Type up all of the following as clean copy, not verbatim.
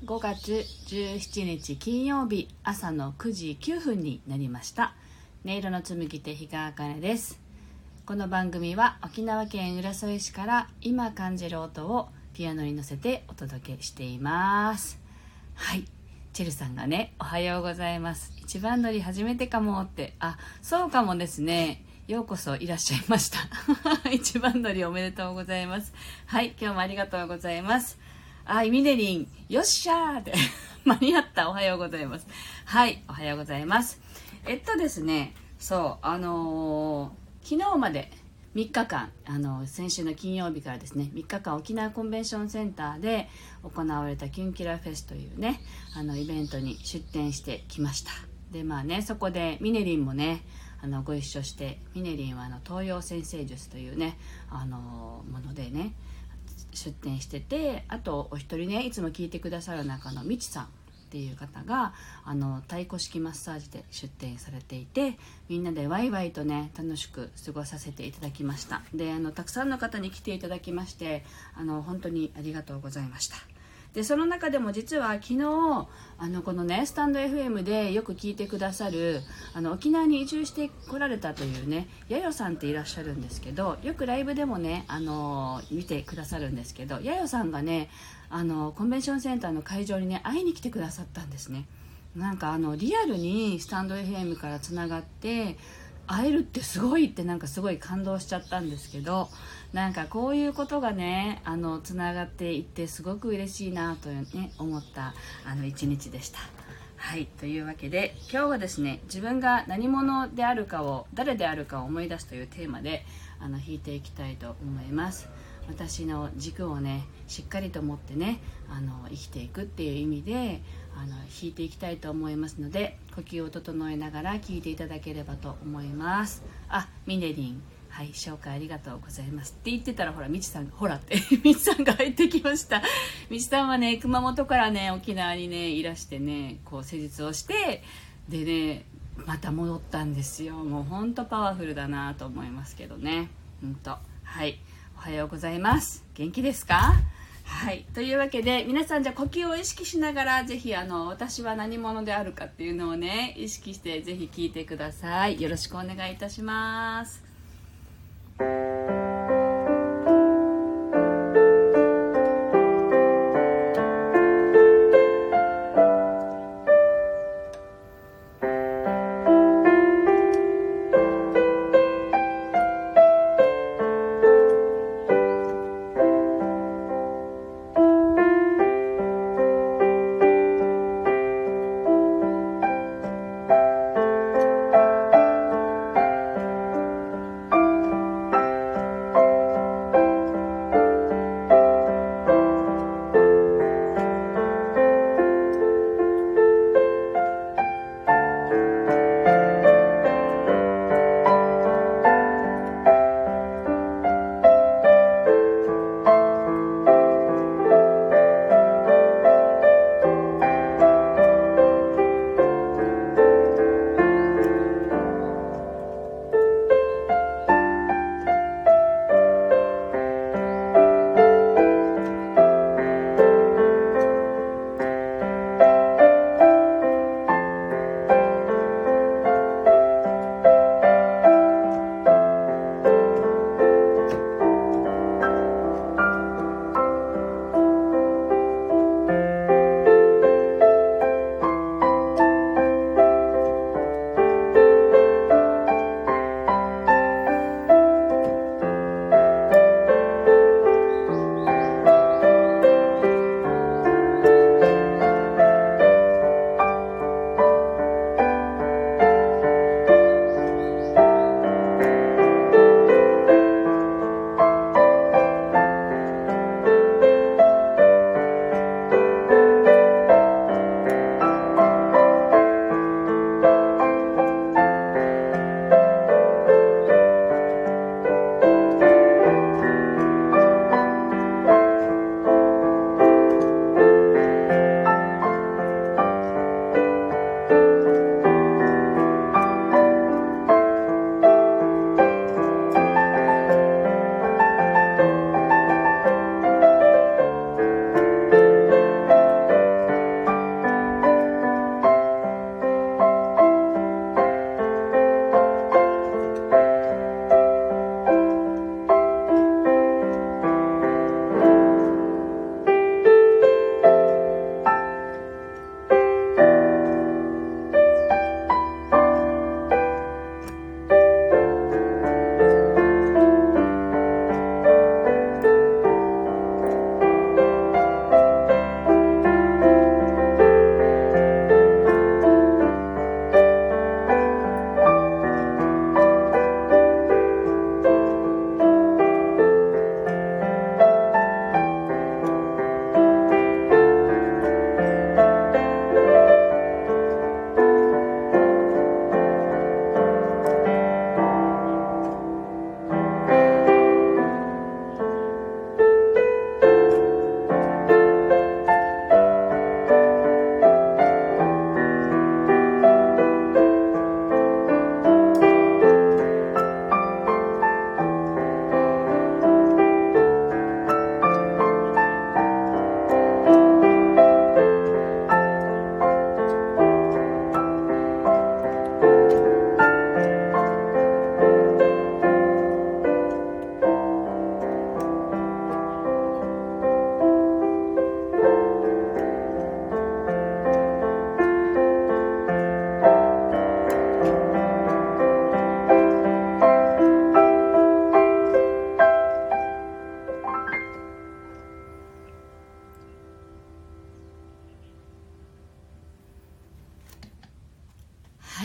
5月17日金曜日朝の9時9分になりました。音色の紡手日川茜です。この番組は沖縄県浦添市から今感じる音をピアノに乗せてお届けしています。はい、チェルさんがね、おはようございます、一番乗り初めてかもって、そうかもですね。ようこそいらっしゃいました一番乗りおめでとうございます。はい、今日もありがとうございます。ミネリンよっしゃーって間に合った。おはようございます。はい、おはようございます。ですね、そう、昨日まで3日間、先週の金曜日からですね、3日間沖縄コンベンションセンターで行われたキュンキラフェスというね、イベントに出展してきました。で、そこでミネリンもね、ご一緒して、ミネリンは東洋占星術というね、ものでね、出展してて、あとお一人ね、いつも聞いてくださる中のみちさんっていう方が太鼓式マッサージで出展されていて、みんなでワイワイとね楽しく過ごさせていただきました。で、たくさんの方に来ていただきまして、本当にありがとうございました。で、その中でも実は昨日このねスタンド FM でよく聞いてくださる沖縄に移住してこられたというねやよさんっていらっしゃるんですけど、よくライブでもね見てくださるんですけど、やよさんがねコンベンションセンターの会場にね会いに来てくださったんですね。なんかリアルにスタンド FM からつながって会えるってすごいって、なんかすごい感動しちゃったんですけど、なんかこういうことがねつながっていってすごく嬉しいなと、ね、思った一日でした。はい、というわけで今日はですね、自分が何者であるかを、誰であるかを思い出すというテーマで弾いていきたいと思います。私の軸をねしっかりと持ってね生きていくっていう意味で弾いていきたいと思いますので、呼吸を整えながら聴いていただければと思います。ミネリン、はい、紹介ありがとうございますって言ってたら、ほらみちさんが、ほらってみちさんが入ってきました。みちさんはね熊本からね沖縄にねいらしてね、こう施術をしてでねまた戻ったんですよ。もうほんとパワフルだなと思いますけどね。はい、おはようございます。元気ですか？はい、というわけで皆さん、じゃあ呼吸を意識しながら、ぜひ私は何者であるかっていうのをね意識してぜひ聞いてください。よろしくお願いいたします。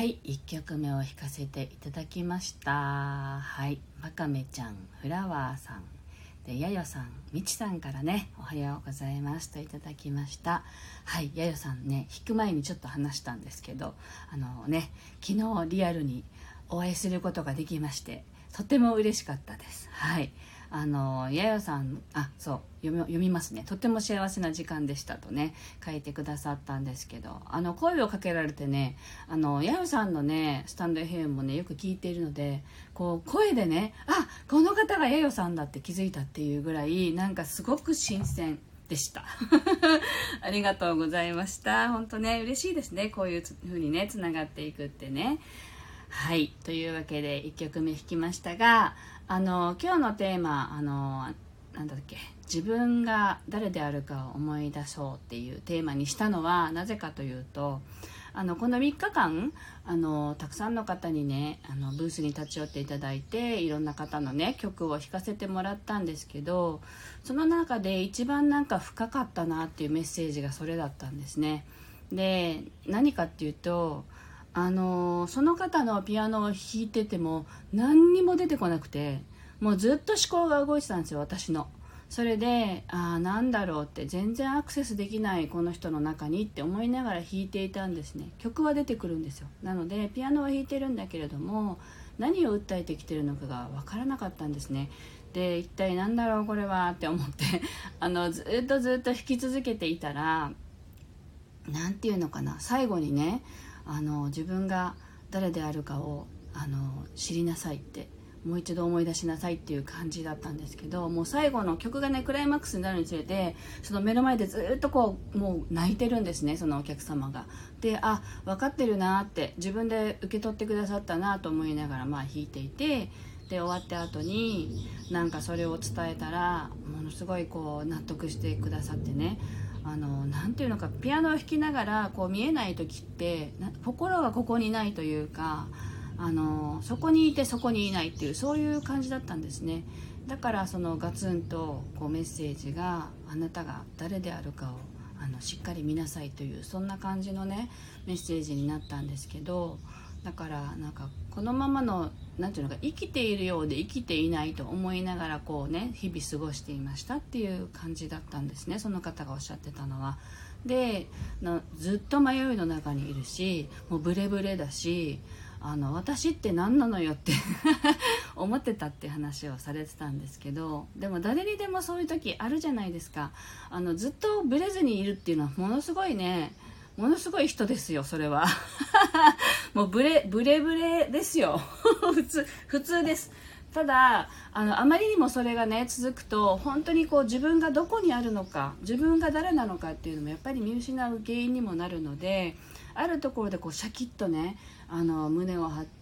はい、1曲目を弾かせていただきました。はい、わかめちゃん、フラワーさんで、やよさん、みちさんからね、おはようございますといただきました。はい、やよさんね、弾く前にちょっと話したんですけど、昨日リアルにお会いすることができまして、とても嬉しかったです。はい、やよさん、読みますね。とても幸せな時間でしたとね書いてくださったんですけど、声をかけられてね、やよさんのねスタンド FM もねよく聞いているので、こう声でね、この方がやよさんだって気づいたっていうぐらい、なんかすごく新鮮でしたありがとうございました。本当ね嬉しいですね、こういう風にねつながっていくってね。はい、というわけで1曲目弾きましたが、今日のテーマ、なんだっけ、自分が誰であるかを思い出そうっていうテーマにしたのはなぜかというと、この3日間たくさんの方にねブースに立ち寄っていただいて、いろんな方のね曲を弾かせてもらったんですけど、その中で一番なんか深かったなっていうメッセージがそれだったんですね。で、何かっていうと、その方のピアノを弾いてても何にも出てこなくて、もうずっと思考が動いてたんですよ、私の。それでなんだろうって、全然アクセスできないこの人の中にって思いながら弾いていたんですね。曲は出てくるんですよ。なのでピアノは弾いてるんだけれども、何を訴えてきてるのかが分からなかったんですね。で、一体何だろうこれはって思ってずっと弾き続けていたら、なんていうのかな、最後にね自分が誰であるかを知りなさいって、もう一度思い出しなさいっていう感じだったんですけど、もう最後の曲がねクライマックスになるにつれて、その目の前でずっとこうもう泣いてるんですね、そのお客様が。で、分かってるなって、自分で受け取ってくださったなと思いながら弾いていて、で終わった後になんかそれを伝えたら、ものすごいこう納得してくださってね、なんていうのか、ピアノを弾きながらこう見えない時って心がここにないというか、そこにいてそこにいないっていう、そういう感じだったんですね。だからそのガツンとこうメッセージが、あなたが誰であるかをしっかり見なさいという、そんな感じのねメッセージになったんですけど、だからなんかこのままのなんていうのか、生きているようで生きていないと思いながらこうね日々過ごしていましたっていう感じだったんですね、その方がおっしゃってたのは。で、ずっと迷いの中にいるし、もうブレブレだし、私って何なのよって思ってたって話をされてたんですけど、でも誰にでもそういう時あるじゃないですか。ずっとブレずにいるっていうのはものすごいね、ものすごい人ですよ、それはもうブレですよ普通です。ただあまりにもそれがね続くと、本当にこう自分がどこにあるのか、自分が誰なのかっていうのもやっぱり見失う原因にもなるので、あるところでこうシャキッとね胸を張って、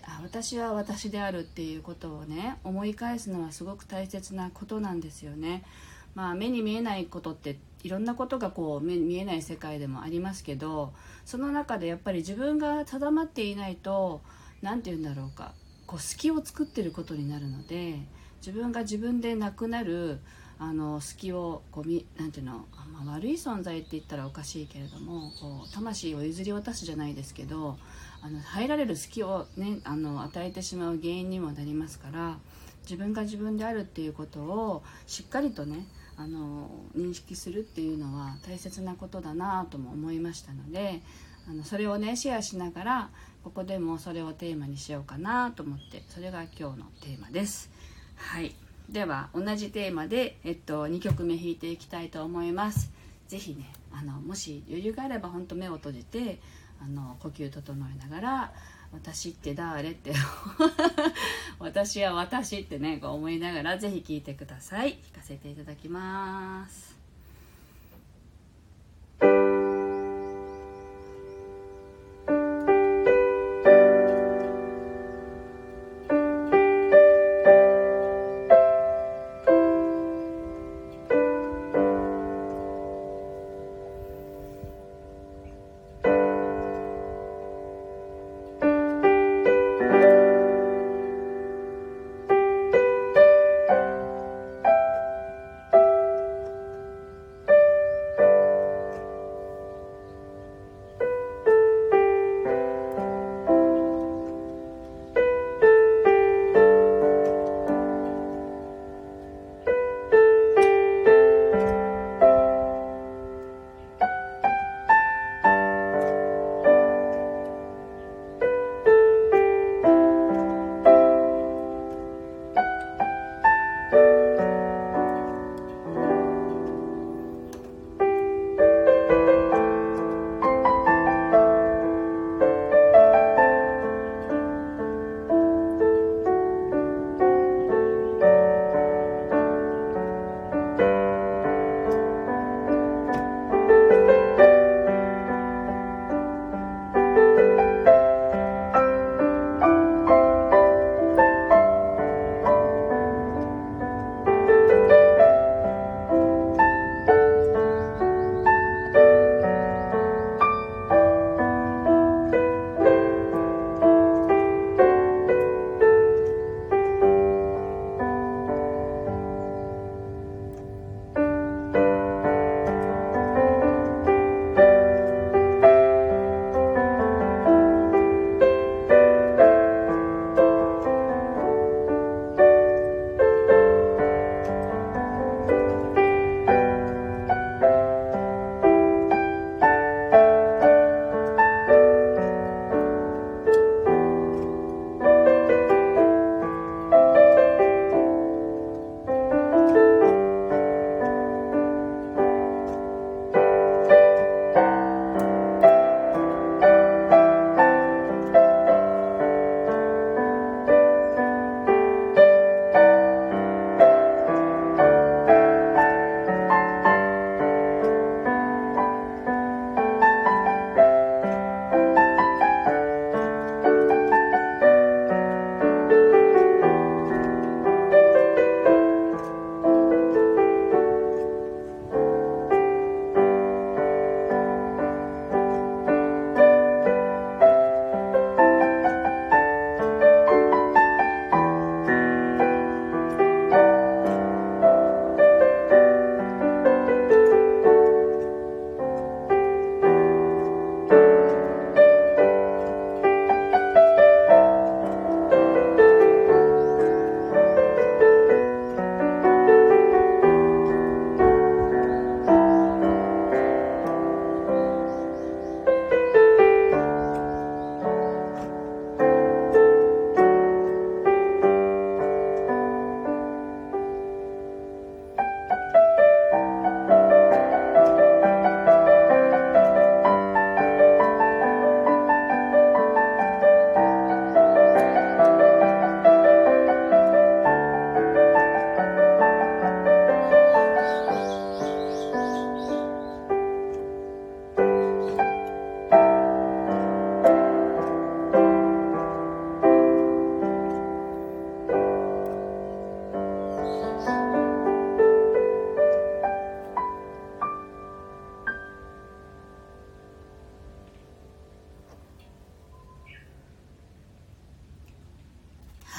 私は私であるっていうことをね思い返すのはすごく大切なことなんですよね。目に見えないことっていろんなことがこう見えない世界でもありますけど、その中でやっぱり自分が定まっていないと、なんて言うんだろうか、こう隙を作ってることになるので、自分が自分でなくなる隙をこうなんていうの、悪い存在って言ったらおかしいけれども、こう魂を譲り渡すじゃないですけど、入られる隙を、ね、与えてしまう原因にもなりますから、自分が自分であるっていうことをしっかりとね認識するっていうのは大切なことだなとも思いましたので、それをねシェアしながら、ここでもそれをテーマにしようかなと思って、それが今日のテーマです。はい、では同じテーマで、2曲目弾いていきたいと思います。ぜひねもし余裕があれば本当目を閉じて呼吸整えながら、私って誰って私は私ってねこう思いながら、ぜひ聴いてください。弾かせていただきます。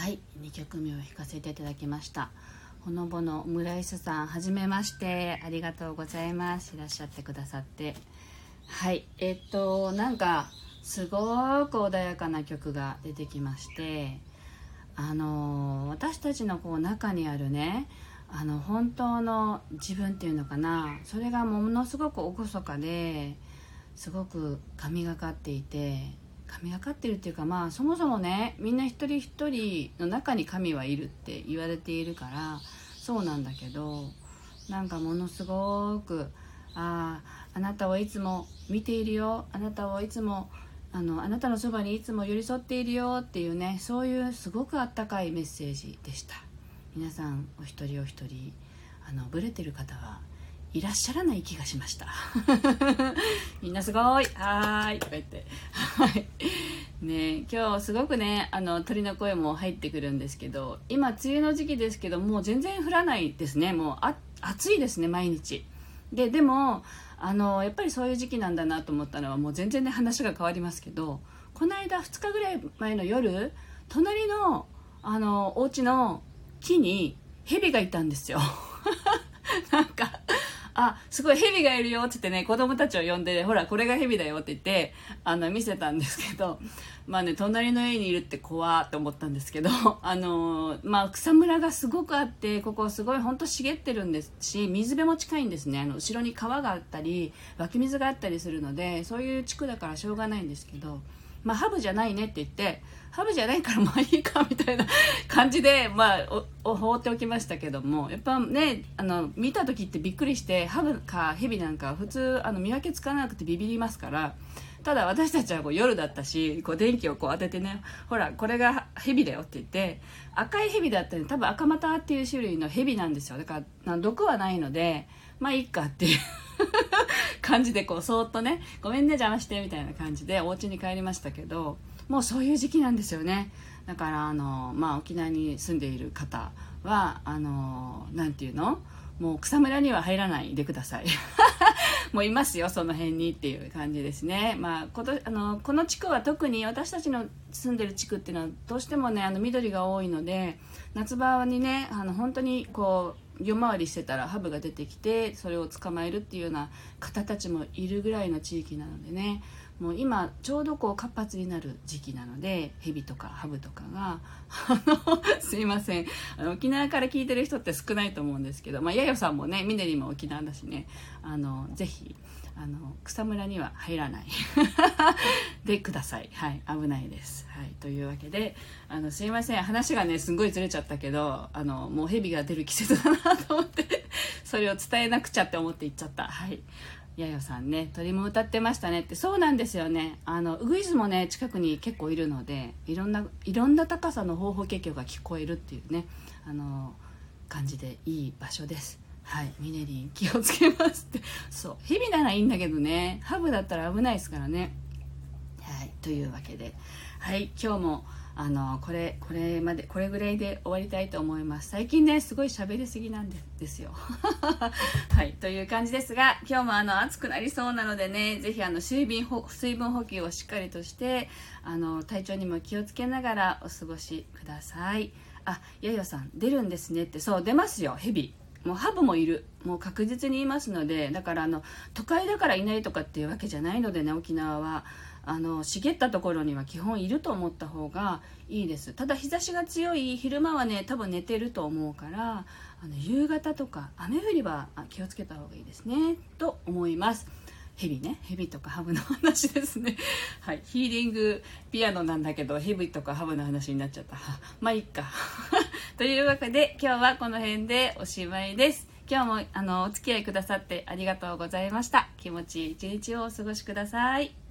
はい、2曲目を弾かせていただきました。ほのぼのオムライスさん、はじめまして、ありがとうございます。いらっしゃってくださって。はい、なんかすごく穏やかな曲が出てきまして、私たちのこう中にあるね、本当の自分っていうのかな、それがものすごく厳かですごく神がかっていて、神がかってるっていうか、まあそもそもね、みんな一人一人の中に神はいるって言われているからそうなんだけど、なんかものすごくあなたをいつも見ているよ、あなたをいつもあなたのそばにいつも寄り添っているよっていうね、そういうすごくあったかいメッセージでした。皆さんお一人お一人ブレてる方はいらっしゃらない気がしましたみんなすごい、はーいとか言って、はいね、今日すごくね鳥の声も入ってくるんですけど、今梅雨の時期ですけど、もう全然降らないですね。もう暑いですね、毎日でもやっぱりそういう時期なんだなと思ったのは、もう全然ね話が変わりますけど、この間2日ぐらい前の夜、隣のお家の木に蛇がいたんですよなんかすごい蛇がいるよって言ってね、子供たちを呼んで、ほらこれが蛇だよって言って見せたんですけど、まあね、隣の家にいるって怖って思ったんですけど草むらがすごくあって、ここすごい本当茂ってるんですし、水辺も近いんですね。後ろに川があったり湧き水があったりするので、そういう地区だからしょうがないんですけど、ハブじゃないねって言って、ハブじゃないからまあいいかみたいな感じで、放っておきましたけども、やっぱね見た時ってびっくりして、ハブかヘビなんか普通見分けつかなくてビビりますから。ただ私たちはこう夜だったし、こう電気をこう当ててね、ほらこれがヘビだよって言って、赤いヘビだったり多分赤股っていう種類のヘビなんですよ。だから毒はないのでまあいいかっていう感じで、こうそーっとね、ごめんね邪魔してみたいな感じでお家に帰りましたけど、もうそういう時期なんですよね。だから沖縄に住んでいる方はなんていうの、もう草むらには入らないでくださいもういますよその辺にっていう感じですね。この地区は特に私たちの住んでる地区っていうのはどうしてもね緑が多いので、夏場にね本当にこう夜回りしてたらハブが出てきて、それを捕まえるっていうような方たちもいるぐらいの地域なのでね、もう今ちょうどこう活発になる時期なので、ヘビとかハブとかがすいません、沖縄から聞いてる人って少ないと思うんですけど、やよさんもね、ミネリも沖縄だしね、ぜひ草むらには入らないでください。はい、危ないです。はい、というわけですいません、話がねすんごいずれちゃったけど、もうヘビが出る季節だなと思ってそれを伝えなくちゃって思って言っちゃった。はい、やよさんね、鳥も歌ってましたねって。そうなんですよね。ウグイスもね近くに結構いるので、いろんな高さのホウホケキョが聞こえるっていうね感じでいい場所です。はい、ミネリン気をつけますって。そうヘビならいいんだけどね、ハブだったら危ないですからね。はい、というわけで、はい、今日もこれぐらいで終わりたいと思います。最近ねすごい喋りすぎなんですよはい、という感じですが、今日も暑くなりそうなのでね、ぜひ水分補給をしっかりとして体調にも気をつけながらお過ごしください。やよさん出るんですねって。そう出ますよ、ヘビもうハブもいる、もう確実にいますので、だから都会だからいないとかっていうわけじゃないのでね、沖縄は茂ったところには基本いると思った方がいいです。ただ日差しが強い昼間はね多分寝てると思うから、夕方とか雨降りは気をつけた方がいいですねと思います。ヘビとかハブの話ですねはい、ヒーリングピアノなんだけどヘビとかハブの話になっちゃったまあいいかというわけで今日はこの辺でおしまいです。今日もお付き合いくださってありがとうございました。気持ちいい一日をお過ごしください。